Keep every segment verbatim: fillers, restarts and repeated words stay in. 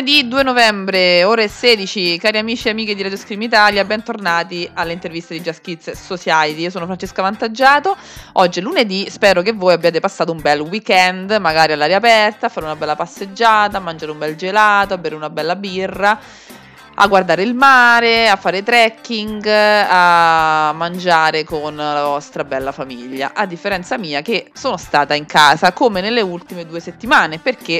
Lunedì due novembre, ore sedici, cari amici e amiche di Radio Scream Italia, bentornati alle interviste di Just Kids Society. Io sono Francesca Vantaggiato. Oggi è lunedì, spero che voi abbiate passato un bel weekend, magari all'aria aperta, a fare una bella passeggiata, a mangiare un bel gelato, a bere una bella birra, a guardare il mare, a fare trekking, a mangiare con la vostra bella famiglia. A differenza mia, che sono stata in casa come nelle ultime due settimane, perché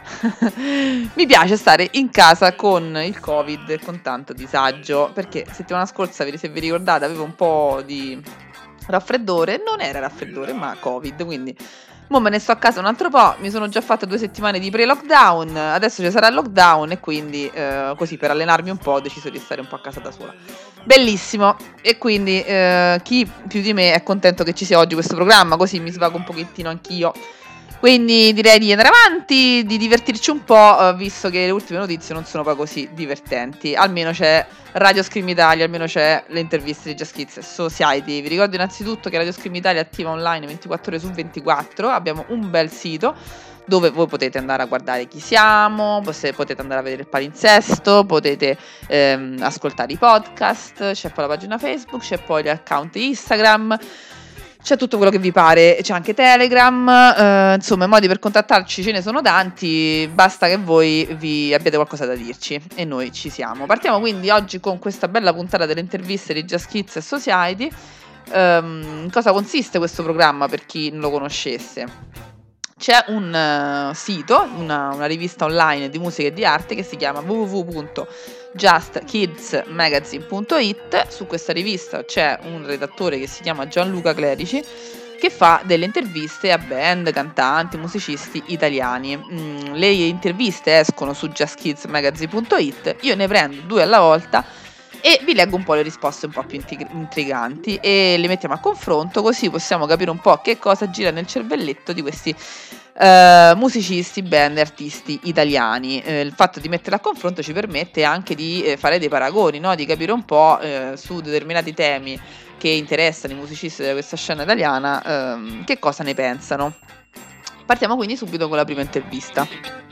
mi piace stare in casa con il Covid e con tanto disagio, perché settimana scorsa, se vi ricordate, avevo un po' di raffreddore. Non era raffreddore ma Covid, quindi mo me ne sto a casa un altro po'. Mi sono già fatta due settimane di pre-lockdown, adesso ci sarà il lockdown e quindi eh, così per allenarmi un po' ho deciso di stare un po' a casa da sola. Bellissimo. E quindi eh, chi più di me è contento che ci sia oggi questo programma, così mi svago un pochettino anch'io. Quindi direi di andare avanti, di divertirci un po', eh, visto che le ultime notizie non sono poi così divertenti. Almeno c'è Radio Scream Italia, almeno c'è le interviste di Just Kids Society. Vi ricordo innanzitutto che Radio Scream Italia è attiva online ventiquattro ore su ventiquattro. Abbiamo un bel sito dove voi potete andare a guardare chi siamo, potete andare a vedere il palinsesto, potete ehm, ascoltare i podcast, c'è poi la pagina Facebook, c'è poi l'account Instagram. C'è tutto quello che vi pare, c'è anche Telegram, eh, insomma i modi per contattarci ce ne sono tanti, basta che voi vi abbiate qualcosa da dirci e noi ci siamo. Partiamo quindi oggi con questa bella puntata delle interviste di Just Kids Society. Um, in cosa consiste questo programma per chi non lo conoscesse? C'è un uh, sito, una, una rivista online di musica e di arte che si chiama w w w punto just kids magazine punto i t. Su questa rivista c'è un redattore che si chiama Gianluca Clerici che fa delle interviste a band, cantanti, musicisti italiani. Mm, le interviste escono su just kids magazine punto i t, io ne prendo due alla volta e vi leggo un po' le risposte un po' più intriganti e le mettiamo a confronto, così possiamo capire un po' che cosa gira nel cervelletto di questi uh, musicisti, band e artisti italiani. Eh, il fatto di metterla a confronto ci permette anche di eh, fare dei paragoni, no? Di capire un po' eh, su determinati temi che interessano i musicisti di questa scena italiana, ehm, che cosa ne pensano. Partiamo quindi subito con la prima intervista.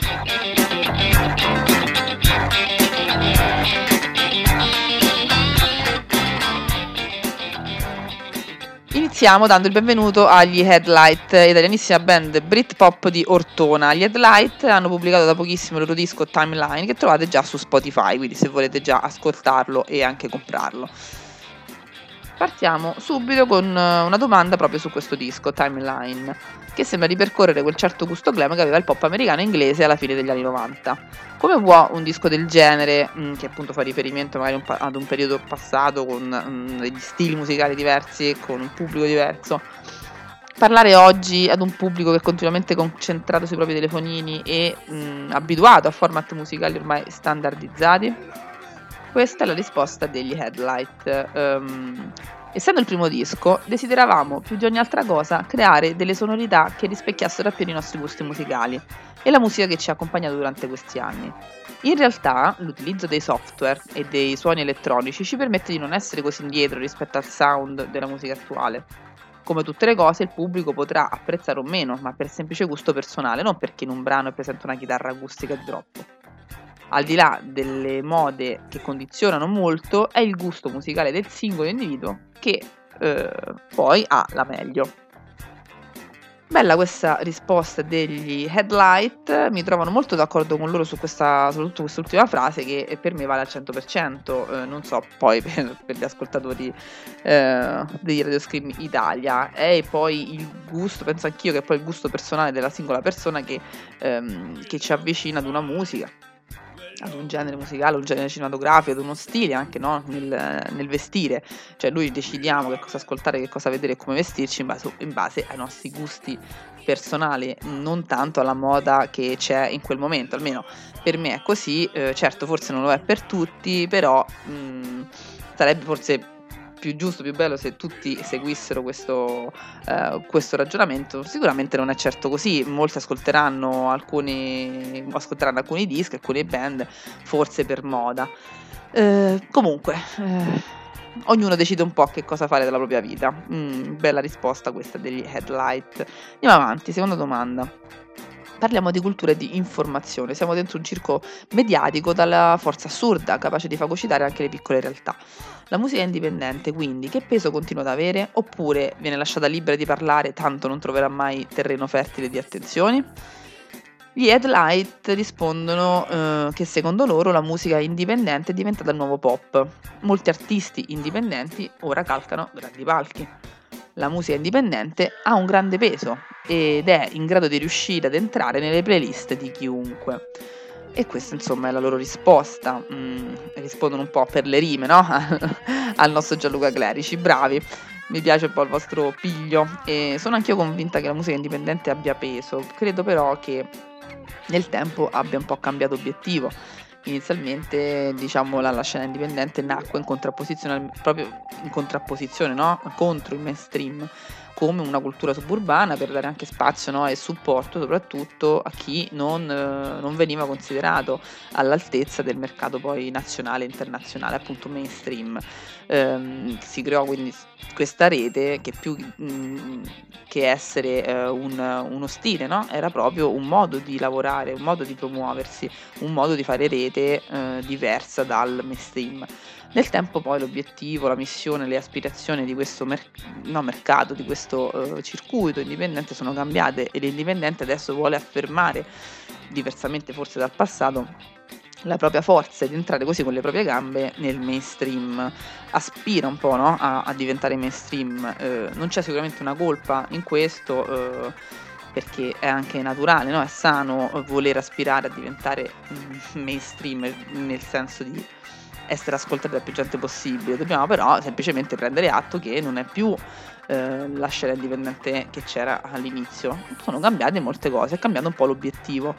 Iniziamo dando il benvenuto agli Headlight, italianissima band Britpop di Ortona. Gli Headlight hanno pubblicato da pochissimo il loro disco Timeline, che trovate già su Spotify, quindi se volete già ascoltarlo e anche comprarlo. Partiamo subito con una domanda proprio su questo disco Timeline, che sembra ripercorrere quel certo gusto glam che aveva il pop americano e inglese alla fine degli anni novanta. Come può un disco del genere, mh, che appunto fa riferimento magari un pa- ad un periodo passato con mh, degli stili musicali diversi e con un pubblico diverso, parlare oggi ad un pubblico che è continuamente concentrato sui propri telefonini e mh, abituato a format musicali ormai standardizzati? Questa è la risposta degli Headlight. Um, essendo il primo disco, desideravamo più di ogni altra cosa creare delle sonorità che rispecchiassero appieno i nostri gusti musicali e la musica che ci ha accompagnato durante questi anni. In realtà, l'utilizzo dei software e dei suoni elettronici ci permette di non essere così indietro rispetto al sound della musica attuale. Come tutte le cose, il pubblico potrà apprezzare o meno, ma per semplice gusto personale, non perché in un brano è presente una chitarra acustica troppo. Al di là delle mode che condizionano molto, è il gusto musicale del singolo individuo che eh, poi ha la meglio. Bella questa risposta degli Headlight, mi trovano molto d'accordo con loro su questa, soprattutto quest'ultima frase che per me vale al cento per cento, eh, non so poi per, per gli ascoltatori eh, di Radio Scream Italia, e poi il gusto, penso anch'io che è poi il gusto personale della singola persona che, ehm, che ci avvicina ad una musica, ad un genere musicale, un genere cinematografico, ad uno stile anche, no? nel, nel vestire, cioè noi decidiamo che cosa ascoltare, che cosa vedere e come vestirci in base, in base ai nostri gusti personali, non tanto alla moda che c'è in quel momento, almeno per me è così. Eh, certo forse non lo è per tutti, però mh, sarebbe forse più giusto, più bello se tutti seguissero questo, eh, questo ragionamento. Sicuramente non è certo così, molti ascolteranno alcuni ascolteranno alcuni dischi, alcune band, forse per moda. Eh, comunque eh, ognuno decide un po' che cosa fare della propria vita. Mm, bella risposta questa degli Headlight. Andiamo avanti, seconda domanda. Parliamo di cultura e di informazione, siamo dentro un circo mediatico dalla forza assurda, capace di fagocitare anche le piccole realtà. La musica indipendente, quindi, che peso continua ad avere? Oppure viene lasciata libera di parlare, tanto non troverà mai terreno fertile di attenzioni? Gli Headlight rispondono eh, che secondo loro la musica indipendente è diventata il nuovo pop. Molti artisti indipendenti ora calcano grandi palchi. La musica indipendente ha un grande peso ed è in grado di riuscire ad entrare nelle playlist di chiunque. E questa insomma è la loro risposta. Mm, rispondono un po' per le rime, no? Al nostro Gianluca Clerici, bravi. Mi piace un po' il vostro piglio e sono anch'io convinta che la musica indipendente abbia peso. Credo però che nel tempo abbia un po' cambiato obiettivo. Inizialmente, diciamo, la, la scena indipendente nacque in contrapposizione, al- proprio in contrapposizione, no? Contro il mainstream, come una cultura suburbana per dare anche spazio, no? E supporto soprattutto a chi non, eh, non veniva considerato all'altezza del mercato poi nazionale e internazionale, appunto mainstream. Ehm, si creò quindi s- questa rete che più mh, che essere eh, un- uno stile, no? Era proprio un modo di lavorare, un modo di promuoversi, un modo di fare rete eh, diversa dal mainstream. Nel tempo poi l'obiettivo, la missione, le aspirazioni di questo mer- no, mercato, di questo eh, circuito indipendente sono cambiate e l'indipendente adesso vuole affermare, diversamente forse dal passato, la propria forza ed entrare così con le proprie gambe nel mainstream. Aspira un po', no, a, a diventare mainstream. Eh, non c'è sicuramente una colpa in questo. Eh, perché è anche naturale, no? È sano eh, voler aspirare a diventare mm, mainstream eh, nel senso di essere ascoltati da più gente possibile. Dobbiamo però semplicemente prendere atto che non è più eh, la scena indipendente che c'era all'inizio. Sono cambiate molte cose, è cambiato un po' l'obiettivo,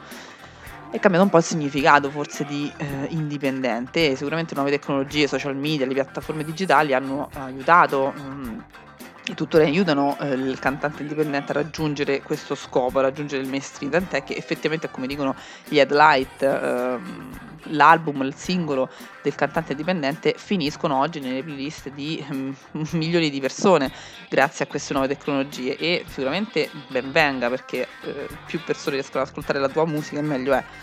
è cambiato un po' il significato forse di eh, indipendente e sicuramente nuove tecnologie, social media, le piattaforme digitali hanno aiutato mm, e tuttora aiutano eh, il cantante indipendente a raggiungere questo scopo, a raggiungere il mainstream, tant'è che effettivamente, come dicono gli Headlight, ehm, l'album, il singolo del cantante indipendente finiscono oggi nelle playlist di mm, milioni di persone grazie a queste nuove tecnologie e sicuramente ben venga perché eh, più persone riescono ad ascoltare la tua musica e meglio è.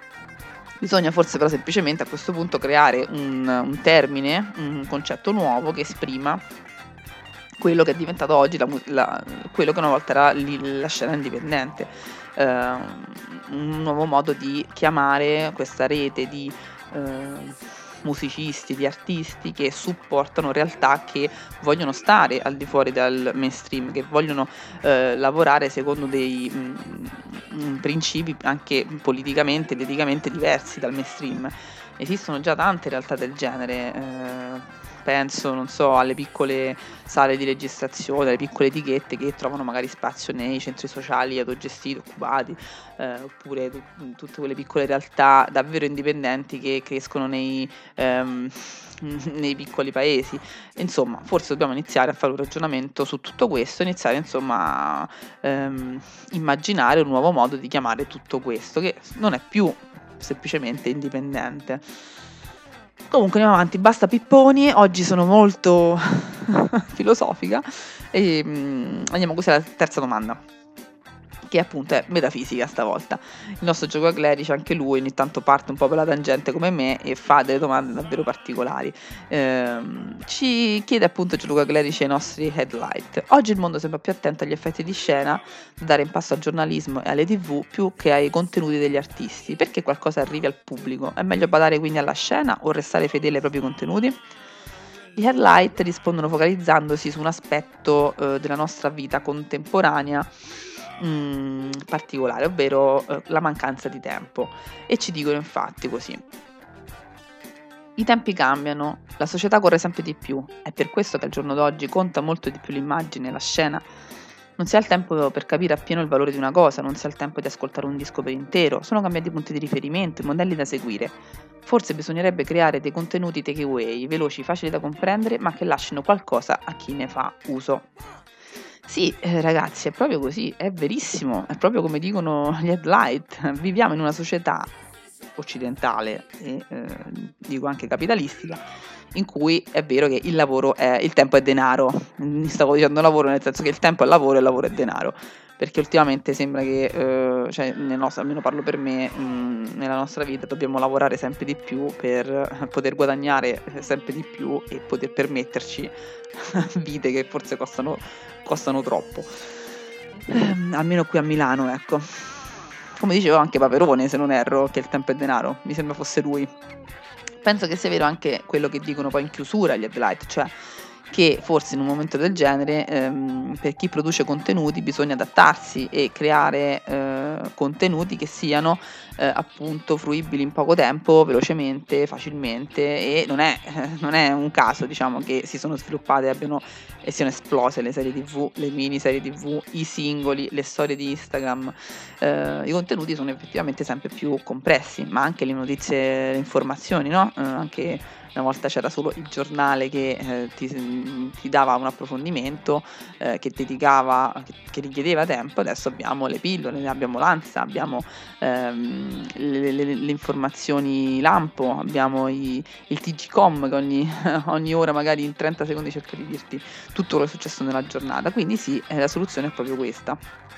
Bisogna forse però semplicemente a questo punto creare un, un termine, un concetto nuovo che esprima quello che è diventato oggi la mu- la- quello che una volta era lì la scena indipendente. Ehm, un nuovo modo di chiamare questa rete di ehm, musicisti, di artisti che supportano realtà che vogliono stare al di fuori dal mainstream, che vogliono eh, lavorare secondo dei mm, mm, principi anche politicamente ed eticamente diversi dal mainstream. Esistono già tante realtà del genere, eh, penso, non so, alle piccole sale di registrazione, alle piccole etichette che trovano magari spazio nei centri sociali autogestiti, occupati, eh, oppure tu- tutte quelle piccole realtà davvero indipendenti che crescono nei, ehm, nei piccoli paesi. Insomma, forse dobbiamo iniziare a fare un ragionamento su tutto questo, iniziare insomma a ehm, immaginare un nuovo modo di chiamare tutto questo, che non è più semplicemente indipendente. Comunque andiamo avanti, basta pipponi, oggi sono molto filosofica e mm, andiamo così alla terza domanda, che appunto è metafisica stavolta. Il nostro Gianluca Clerici, anche lui ogni tanto parte un po' per la tangente come me e fa delle domande davvero particolari. Ehm, ci chiede appunto Gianluca Clerici ai nostri Headlight: oggi il mondo sembra più attento agli effetti di scena da dare in pasto al giornalismo e alle tv più che ai contenuti degli artisti. Perché qualcosa arrivi al pubblico? È meglio badare quindi alla scena o restare fedeli ai propri contenuti? Gli Headlight rispondono focalizzandosi su un aspetto eh, della nostra vita contemporanea mm, particolare, ovvero eh, la mancanza di tempo. E ci dicono infatti così: i tempi cambiano, la società corre sempre di più, è per questo che al giorno d'oggi conta molto di più l'immagine, la scena. Non si ha il tempo per capire appieno il valore di una cosa, non si ha il tempo di ascoltare un disco per intero, sono cambiati i punti di riferimento, i modelli da seguire. Forse bisognerebbe creare dei contenuti takeaway, veloci, facili da comprendere, ma che lasciano qualcosa a chi ne fa uso. Sì, eh, ragazzi, è proprio così, è verissimo, è proprio come dicono gli Headlight. Viviamo in una società occidentale e eh, dico anche capitalistica, in cui è vero che il lavoro è, il tempo è denaro. Stavo dicendo lavoro nel senso che il tempo è lavoro e il lavoro è denaro, perché ultimamente sembra che, eh, cioè nel nostro, almeno parlo per me, mh, nella nostra vita dobbiamo lavorare sempre di più per poter guadagnare sempre di più e poter permetterci vite che forse costano, costano troppo, eh, almeno qui a Milano, ecco. Come dicevo anche Paperone, se non erro, che il tempo è denaro, mi sembra fosse lui. Penso che sia vero anche quello che dicono poi in chiusura gli headlight, cioè che forse in un momento del genere ehm, per chi produce contenuti bisogna adattarsi e creare eh, contenuti che siano eh, appunto fruibili in poco tempo, velocemente, facilmente, e non è, eh, non è un caso, diciamo, che si sono sviluppate e abbiano e siano esplose le serie tv, le mini serie tv, i singoli, le storie di Instagram. Eh, i contenuti sono effettivamente sempre più compressi, ma anche le notizie, le informazioni, no? Eh, anche una volta c'era solo il giornale che eh, ti, ti dava un approfondimento, eh, che dedicava, che, che richiedeva tempo. Adesso abbiamo le pillole, abbiamo l'Ansa, abbiamo ehm, le, le, le informazioni lampo, abbiamo i, il T G com che ogni, ogni ora magari in trenta secondi cerca di dirti tutto quello che è successo nella giornata. Quindi sì, eh, la soluzione è proprio questa,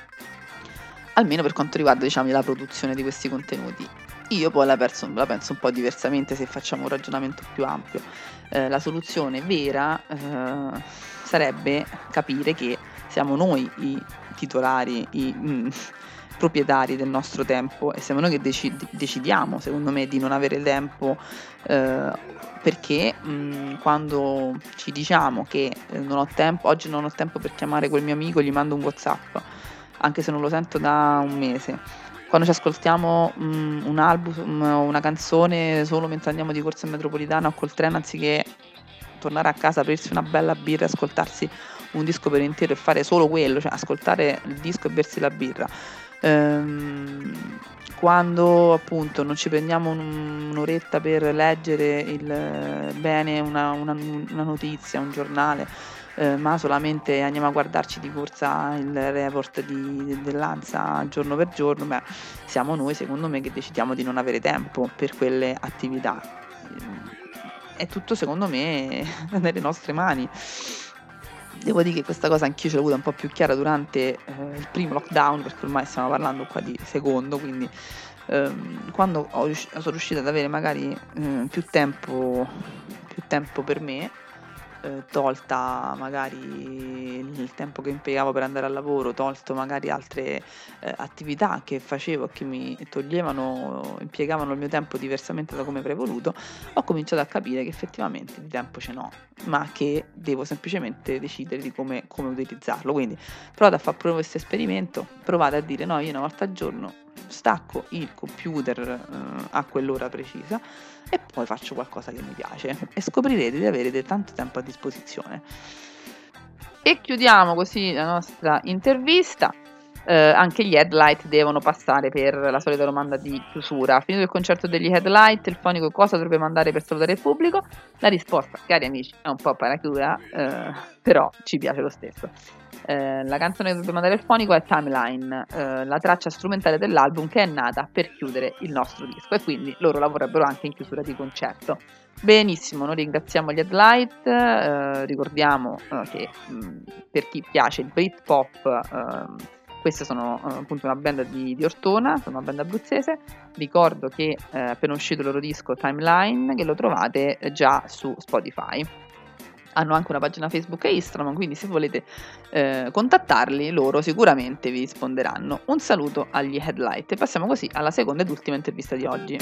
almeno per quanto riguarda, diciamo, la produzione di questi contenuti. Io poi la penso, la penso un po' diversamente, se facciamo un ragionamento più ampio. Eh, la soluzione vera eh, sarebbe capire che siamo noi i titolari, i mm, proprietari del nostro tempo, e siamo noi che deci- decidiamo, secondo me, di non avere tempo, eh, perché mh, quando ci diciamo che eh, non ho tempo, oggi non ho tempo per chiamare quel mio amico, gli mando un WhatsApp, anche se non lo sento da un mese. Quando ci ascoltiamo mh, un album o una canzone solo mentre andiamo di corsa in metropolitana o col treno, anziché tornare a casa, aprirsi una bella birra e ascoltarsi un disco per intero e fare solo quello, cioè ascoltare il disco e bersi la birra. Ehm, quando appunto non ci prendiamo un, un'oretta per leggere il, bene una, una, una notizia, un giornale, eh, ma solamente andiamo a guardarci di corsa il report di, dell'Ansa giorno per giorno, beh, siamo noi, secondo me, che decidiamo di non avere tempo per quelle attività. È tutto, secondo me, nelle nostre mani. Devo dire che questa cosa anch'io ce l'ho avuta un po' più chiara durante eh, il primo lockdown, perché ormai stiamo parlando qua di secondo, quindi ehm, quando ho rius- sono riuscita ad avere magari eh, più tempo, più tempo per me, eh, tolta magari il tempo che impiegavo per andare al lavoro, tolto magari altre eh, attività che facevo che mi toglievano, impiegavano il mio tempo diversamente da come avrei voluto, ho cominciato a capire che effettivamente di tempo ce n'ho, ma che devo semplicemente decidere di come, come utilizzarlo. Quindi provate a fare proprio questo esperimento, provate a dire: no, io una volta al giorno stacco il computer eh, a quell'ora precisa e poi faccio qualcosa che mi piace, e scoprirete di avere tanto tempo a disposizione. E chiudiamo così la nostra intervista. Eh, anche gli headlight devono passare per la solita domanda di chiusura. Finito il concerto degli headlight, il fonico cosa dovrebbe mandare per salutare il pubblico? La risposta, cari amici, è un po' parachiuda, eh, però ci piace lo stesso. Eh, la canzone che dovrebbe mandare il fonico è Timeline, eh, la traccia strumentale dell'album che è nata per chiudere il nostro disco, e quindi loro lavorerebbero anche in chiusura di concerto. Benissimo, noi ringraziamo gli headlight, eh, ricordiamo eh, che mh, per chi piace il Britpop, eh, queste sono uh, appunto una band di, di Ortona, sono una band abruzzese. Ricordo che è eh, appena uscito il loro disco Timeline, che lo trovate già su Spotify. Hanno anche una pagina Facebook e Instagram, quindi se volete eh, contattarli, loro sicuramente vi risponderanno. Un saluto agli headlight e passiamo così alla seconda ed ultima intervista di oggi.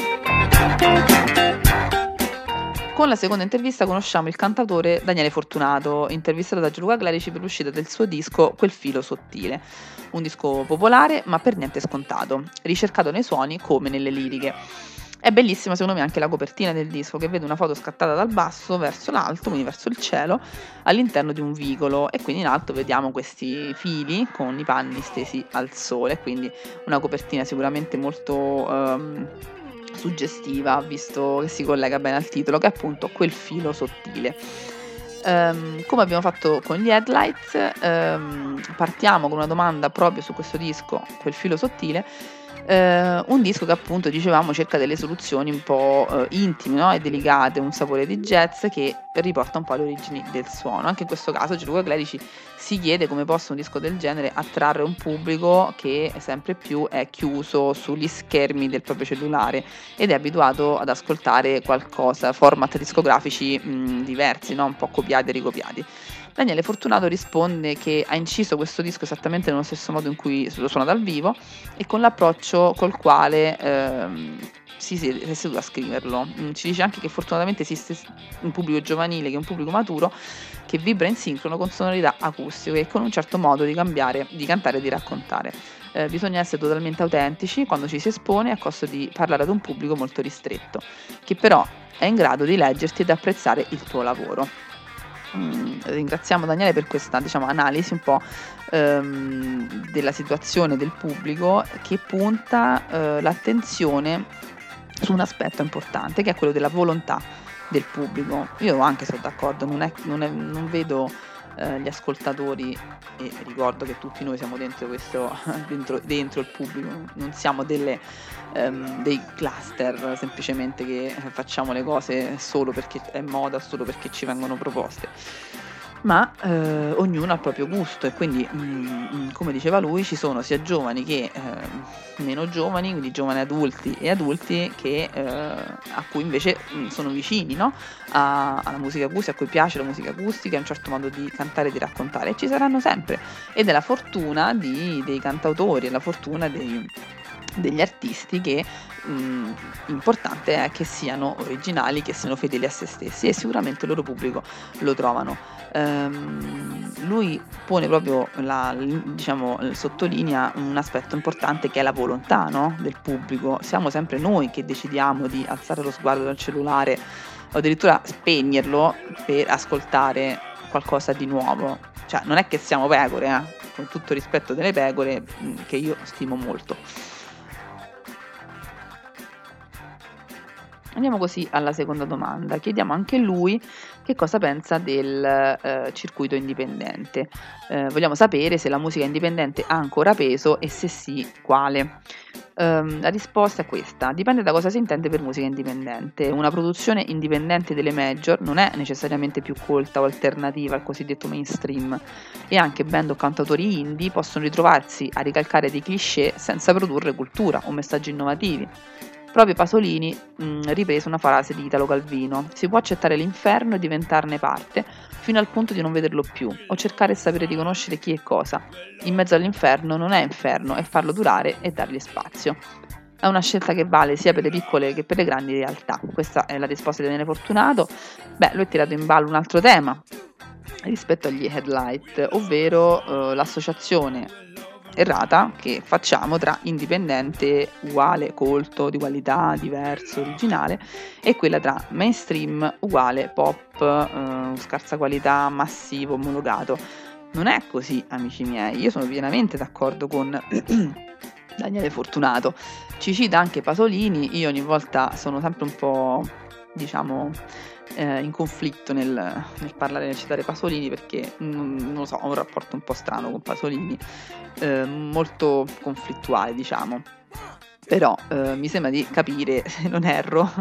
Con la seconda intervista conosciamo il cantautore Daniele Fortunato, intervistato da Gianluca Clerici per l'uscita del suo disco Quel filo sottile, un disco popolare ma per niente scontato, ricercato nei suoni come nelle liriche. È bellissima secondo me anche la copertina del disco, che vede una foto scattata dal basso verso l'alto, quindi verso il cielo, all'interno di un vicolo, e quindi in alto vediamo questi fili con i panni stesi al sole, quindi una copertina sicuramente molto um, suggestiva, visto che si collega bene al titolo, che è appunto Quel filo sottile. Um, come abbiamo fatto con gli headlights, um, partiamo con una domanda proprio su questo disco, Quel filo sottile, Ehm, un disco che appunto dicevamo cerca delle soluzioni un po', uhm, intime, no, e delicate, un sapore di jazz che riporta un po' alle origini del suono. Anche in questo caso Gianluca Clerici si chiede come possa un disco del genere attrarre un pubblico che sempre più è chiuso sugli schermi del proprio cellulare ed è abituato ad ascoltare qualcosa format discografici, mhmm, diversi, no, un po' copiati e ricopiati. Daniele Fortunato risponde che ha inciso questo disco esattamente nello stesso modo in cui lo suona dal vivo e con l'approccio col quale ehm, si siede- si è seduto a scriverlo. Mm, Ci dice anche che fortunatamente esiste s- un pubblico giovanile che è un pubblico maturo che vibra in sincrono con sonorità acustiche e con un certo modo di cambiare, di cantare e di raccontare. Eh, bisogna essere totalmente autentici quando ci si espone a costo di parlare ad un pubblico molto ristretto, che però è in grado di leggerti ed apprezzare il tuo lavoro. Mhmm, ringraziamo Daniele per questa, diciamo, analisi un po', ehm, della situazione del pubblico che punta, uhm, l'attenzione su un aspetto importante, che è quello della volontà del pubblico. Io anche so' d'accordo, non è non è non vedo, ehm, gli ascoltatori e ricordo che tutti noi siamo dentro questo dentro dentro il pubblico, non siamo delle ehm, dei cluster semplicemente che facciamo le cose solo perché è moda, solo perché ci vengono proposte. Ma, ehm, ognuno ha il proprio gusto e quindi, mhmm, mhmm, come diceva lui, ci sono sia giovani che, ehm, meno giovani, quindi giovani adulti e adulti che ehm, a cui invece, mhmm, sono vicini, no, a alla musica acustica, a cui piace la musica acustica, a un certo modo di cantare e di raccontare e ci saranno sempre. Ed è la fortuna di dei cantautori, è la fortuna dei degli artisti che, mhmm, importante è che siano originali, che siano fedeli a se stessi e sicuramente il loro pubblico lo trovano. Ehm, lui pone proprio la l diciamo, ehm, sottolinea un aspetto importante che è la volontà, no, del pubblico. Siamo sempre noi che decidiamo di alzare lo sguardo dal cellulare o addirittura spegnerlo per ascoltare qualcosa di nuovo. Cioè non è che siamo pecore, eh, con tutto il rispetto delle pecore, mhmm, che io stimo molto. Andiamo così alla seconda domanda. Chiediamo anche a lui che cosa pensa del, ehm, circuito indipendente. Ehm, vogliamo sapere se la musica indipendente ha ancora peso e se sì, quale. Ehm, la risposta è questa: dipende da cosa si intende per musica indipendente. Una produzione indipendente delle major non è necessariamente più colta o alternativa al cosiddetto mainstream e anche band o cantautori indie possono ritrovarsi a ricalcare dei cliché senza produrre cultura o messaggi innovativi. Proprio Pasolini, mhmm, riprese una frase di Italo Calvino: "Si può accettare l'inferno e diventarne parte, fino al punto di non vederlo più, o cercare e sapere riconoscere chi e cosa. In mezzo all'inferno non è inferno, è farlo durare e dargli spazio". È una scelta che vale sia per le piccole che per le grandi realtà. Questa è la risposta di Daniele Fortunato. Beh, lui ha tirato in ballo un altro tema rispetto agli headlight, ovvero, uhm, l'associazione errata che facciamo tra indipendente uguale colto, di qualità, diverso, originale, e quella tra mainstream uguale pop, uhm, scarsa qualità, massivo, omologato. Non è così, amici miei. Io sono pienamente d'accordo con Daniele Fortunato. Ci cita anche Pasolini, io ogni volta sono sempre un po', diciamo, ehm, in conflitto nel nel parlare, nel citare Pasolini perché, non non lo so, ho un rapporto un po' strano con Pasolini, ehm, molto conflittuale diciamo. Però, ehm, mi sembra di capire, se non erro,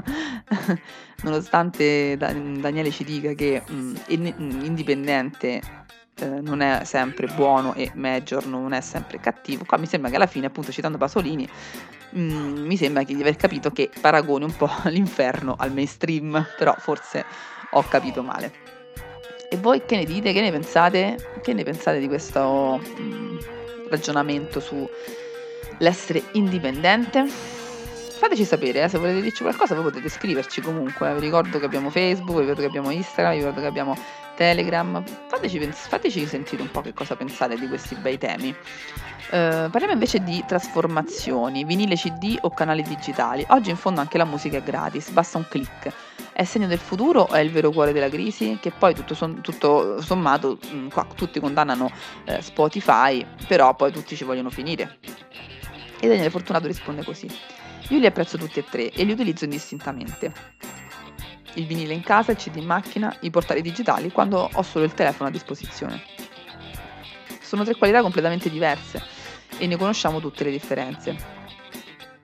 nonostante Da Daniele ci dica che, mhmm, in mhmm, indipendente, ehm, non è sempre buono e major non è sempre cattivo, qua mi sembra che alla fine, appunto citando Pasolini, mhmm, mi sembra che di aver capito che paragoni un po' l'inferno al mainstream, però forse ho capito male. E voi che ne dite? Che ne pensate? Che ne pensate di questo, mhmm, ragionamento sull'essere indipendente? Fateci sapere, eh, se volete dirci qualcosa voi potete scriverci comunque, eh. Vi ricordo che abbiamo Facebook, vi ricordo che abbiamo Instagram, vi ricordo che abbiamo Telegram. Fateci pens fateci sentire un po' che cosa pensate di questi bei temi. Uhm, parliamo invece di trasformazioni, vinile C D o canali digitali. Oggi in fondo anche la musica è gratis, basta un click. È segno del futuro o è il vero cuore della crisi? Che poi tutto som tutto sommato, mhmm, qua tutti condannano, ehm, Spotify, però poi tutti ci vogliono finire. E Daniele Fortunato risponde così: "Io li apprezzo tutti e tre e li utilizzo indistintamente. Il vinile in casa, il C D in macchina, i portali digitali quando ho solo il telefono a disposizione. Sono tre qualità completamente diverse e ne conosciamo tutte le differenze.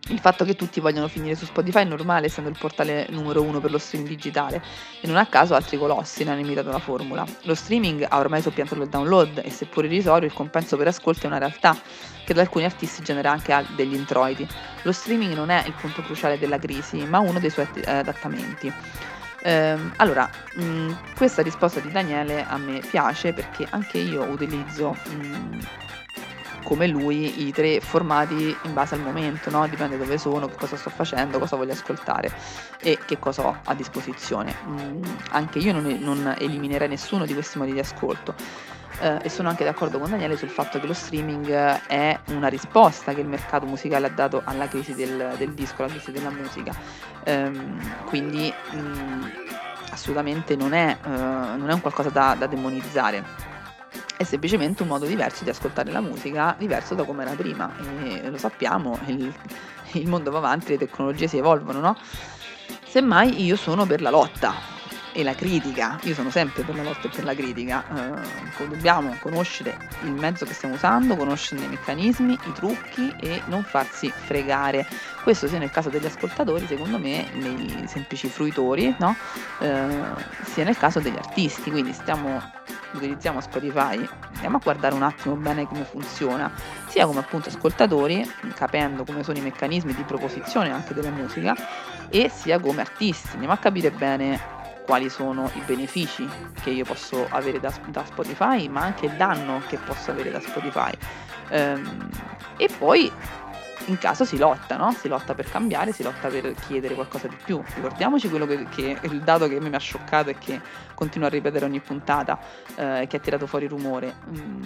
Il fatto che tutti vogliano finire su Spotify è normale, essendo il portale numero uno per lo streaming digitale, e non a caso altri colossi ne hanno imitato la formula. Lo streaming ha ormai soppiantato il download e, seppur irrisorio, il compenso per ascolti è una realtà che da alcuni artisti genera anche degli introiti. Lo streaming non è il punto cruciale della crisi, ma uno dei suoi adattamenti. Ehm, allora, mh, questa risposta di Daniele a me piace, perché anche io utilizzo mh, come lui i tre formati in base al momento, no? Dipende dove sono, che cosa sto facendo, cosa voglio ascoltare e che cosa ho a disposizione. Mm, anche io non, non eliminerei nessuno di questi modi di ascolto. Eh, e sono anche d'accordo con Daniele sul fatto che lo streaming è una risposta che il mercato musicale ha dato alla crisi del, del disco, alla crisi della musica. Ehm, quindi mh, assolutamente non è, uh, non è un qualcosa da, da demonizzare. È semplicemente un modo diverso di ascoltare la musica, diverso da come era prima, e lo sappiamo, il, il mondo va avanti, le tecnologie si evolvono, no? Semmai io sono per la lotta e la critica, io sono sempre per la lotta e per la critica, eh, dobbiamo conoscere il mezzo che stiamo usando, conoscere i meccanismi, i trucchi e non farsi fregare. Questo sia nel caso degli ascoltatori, secondo me, nei semplici fruitori, no? Eh, sia nel caso degli artisti, quindi stiamo... utilizziamo Spotify, andiamo a guardare un attimo bene come funziona, sia come appunto ascoltatori, capendo come sono i meccanismi di proposizione anche della musica, e sia come artisti, andiamo a capire bene quali sono i benefici che io posso avere da, da Spotify, ma anche il danno che posso avere da Spotify. Ehm, e poi in caso si lotta, no? Si lotta per cambiare, si lotta per chiedere qualcosa di più. Ricordiamoci quello che, che il dato che a me mi ha scioccato e che continuo a ripetere ogni puntata, eh, che ha tirato fuori rumore.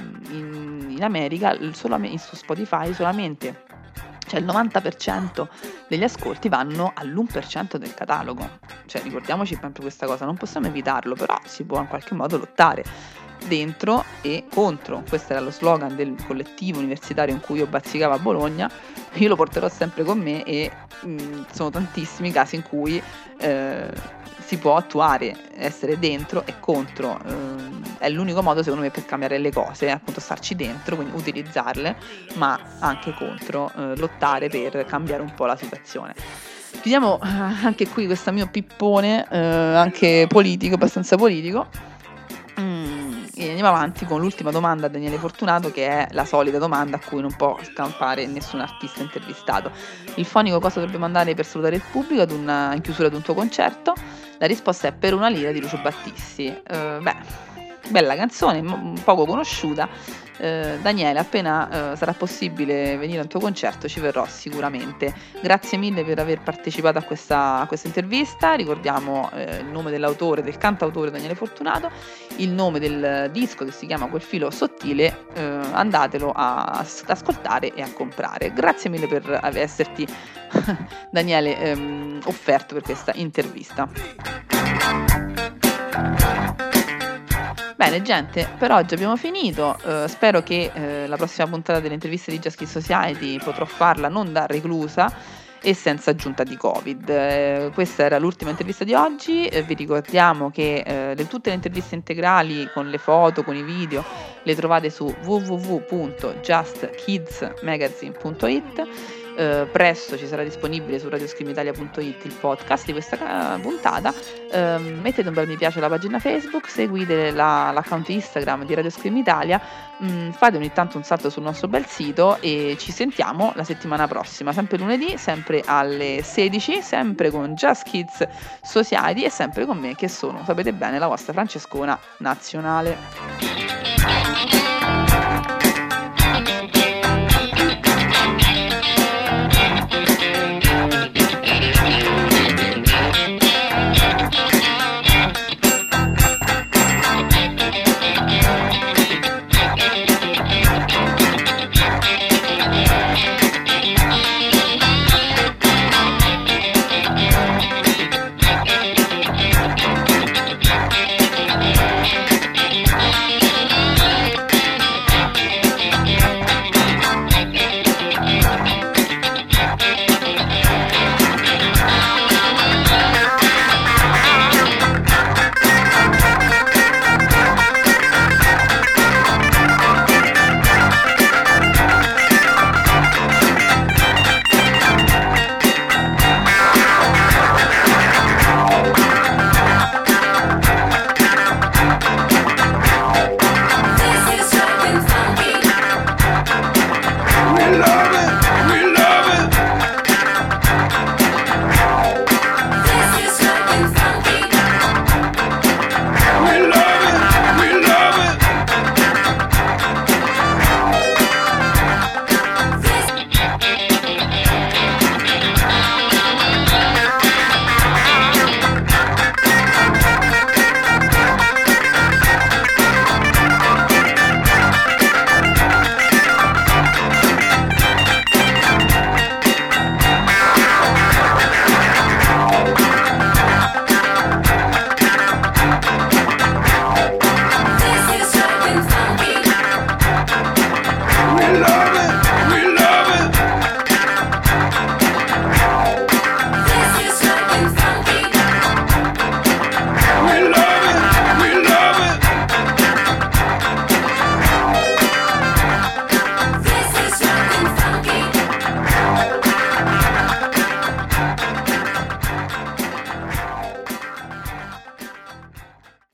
In, in America, solamente, su Spotify, solamente, cioè il novanta per cento degli ascolti vanno all'uno per cento del catalogo. Cioè, ricordiamoci sempre questa cosa, non possiamo evitarlo, però si può in qualche modo lottare dentro e contro. Questo era lo slogan del collettivo universitario in cui io bazzicavo a Bologna. Io lo porterò sempre con me e mh, sono tantissimi casi in cui eh, si può attuare, essere dentro e contro. Eh, è l'unico modo secondo me per cambiare le cose, appunto starci dentro, quindi utilizzarle, ma anche contro, eh, lottare per cambiare un po' la situazione. Chiudiamo eh, anche qui questo mio pippone, eh, anche politico, abbastanza politico. E andiamo avanti con l'ultima domanda a Daniele Fortunato, che è la solita domanda a cui non può scampare nessun artista intervistato. Il fonico cosa dovrebbe mandare per salutare il pubblico ad una, in chiusura di un tuo concerto? La risposta è Per una lira di Lucio Battisti. Uh, beh, bella canzone, m- poco conosciuta. Uh, Daniele, appena uh, sarà possibile venire al tuo concerto ci verrò sicuramente. Grazie mille per aver partecipato a questa, a questa intervista. Ricordiamo uh, il nome dell'autore, del cantautore Daniele Fortunato, il nome del disco che si chiama Quel filo sottile, uh, andatelo a, a ascoltare e a comprare. Grazie mille per esserti Daniele um, offerto per questa intervista. Bene gente, per oggi abbiamo finito, uh, spero che uh, la prossima puntata delle interviste di Just Kids Society potrò farla non da reclusa e senza aggiunta di Covid. Eh, questa era l'ultima intervista di oggi, eh, vi ricordiamo che eh, le, tutte le interviste integrali con le foto, con i video, le trovate su w w w punto just kids magazine punto it. Uh, presto ci sarà disponibile su radioscream italia punto it il podcast di questa uh, puntata. Uh, mettete un bel mi piace alla pagina Facebook, seguite la, l'account Instagram di Radio Scream Italia, um, fate ogni tanto un salto sul nostro bel sito e ci sentiamo la settimana prossima, sempre lunedì, sempre alle sedici, sempre con Just Kids Society e sempre con me che sono, sapete bene, la vostra Francescona nazionale.